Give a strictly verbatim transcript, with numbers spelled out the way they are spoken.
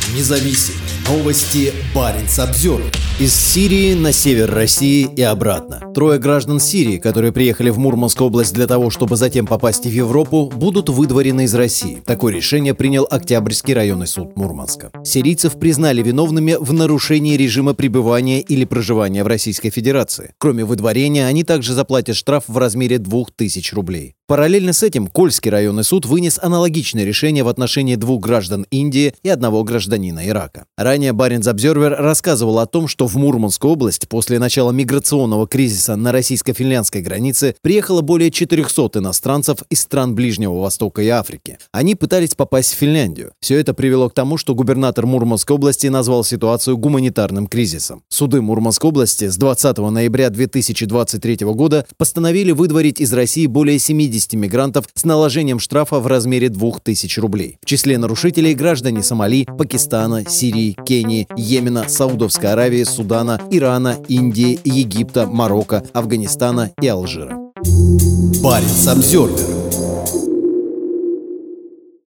Независимые новости. Баренц-Обзервер. Из Сирии на север России и обратно. Трое граждан Сирии, которые приехали в Мурманскую область для того, чтобы затем попасть в Европу, будут выдворены из России. Такое решение принял Октябрьский районный суд Мурманска. Сирийцев признали виновными в нарушении режима пребывания или проживания в Российской Федерации. Кроме выдворения, они также заплатят штраф в размере двух тысяч рублей. Параллельно с этим Кольский районный суд вынес аналогичное решение в отношении двух граждан Индии и одного гражданина Ирака. Ранее Баренц-Обзервер рассказывал о том, что в Мурманскую область после начала миграционного кризиса на российско-финляндской границе приехало более четырехсот иностранцев из стран Ближнего Востока и Африки. Они пытались попасть в Финляндию. Все это привело к тому, что губернатор Мурманской области назвал ситуацию гуманитарным кризисом. Суды Мурманской области с двадцатого ноября две тысячи двадцать третьего года постановили выдворить из России более семидесяти мигрантов с наложением штрафа в размере двух тысяч рублей. В числе нарушителей граждане Сомали, Пакистана, Сирии, Кении, Йемена, Саудовской Аравии, Судана, Ирана, Индии, Египта, Марокко, Афганистана и Алжира. Баренц-Обзервер.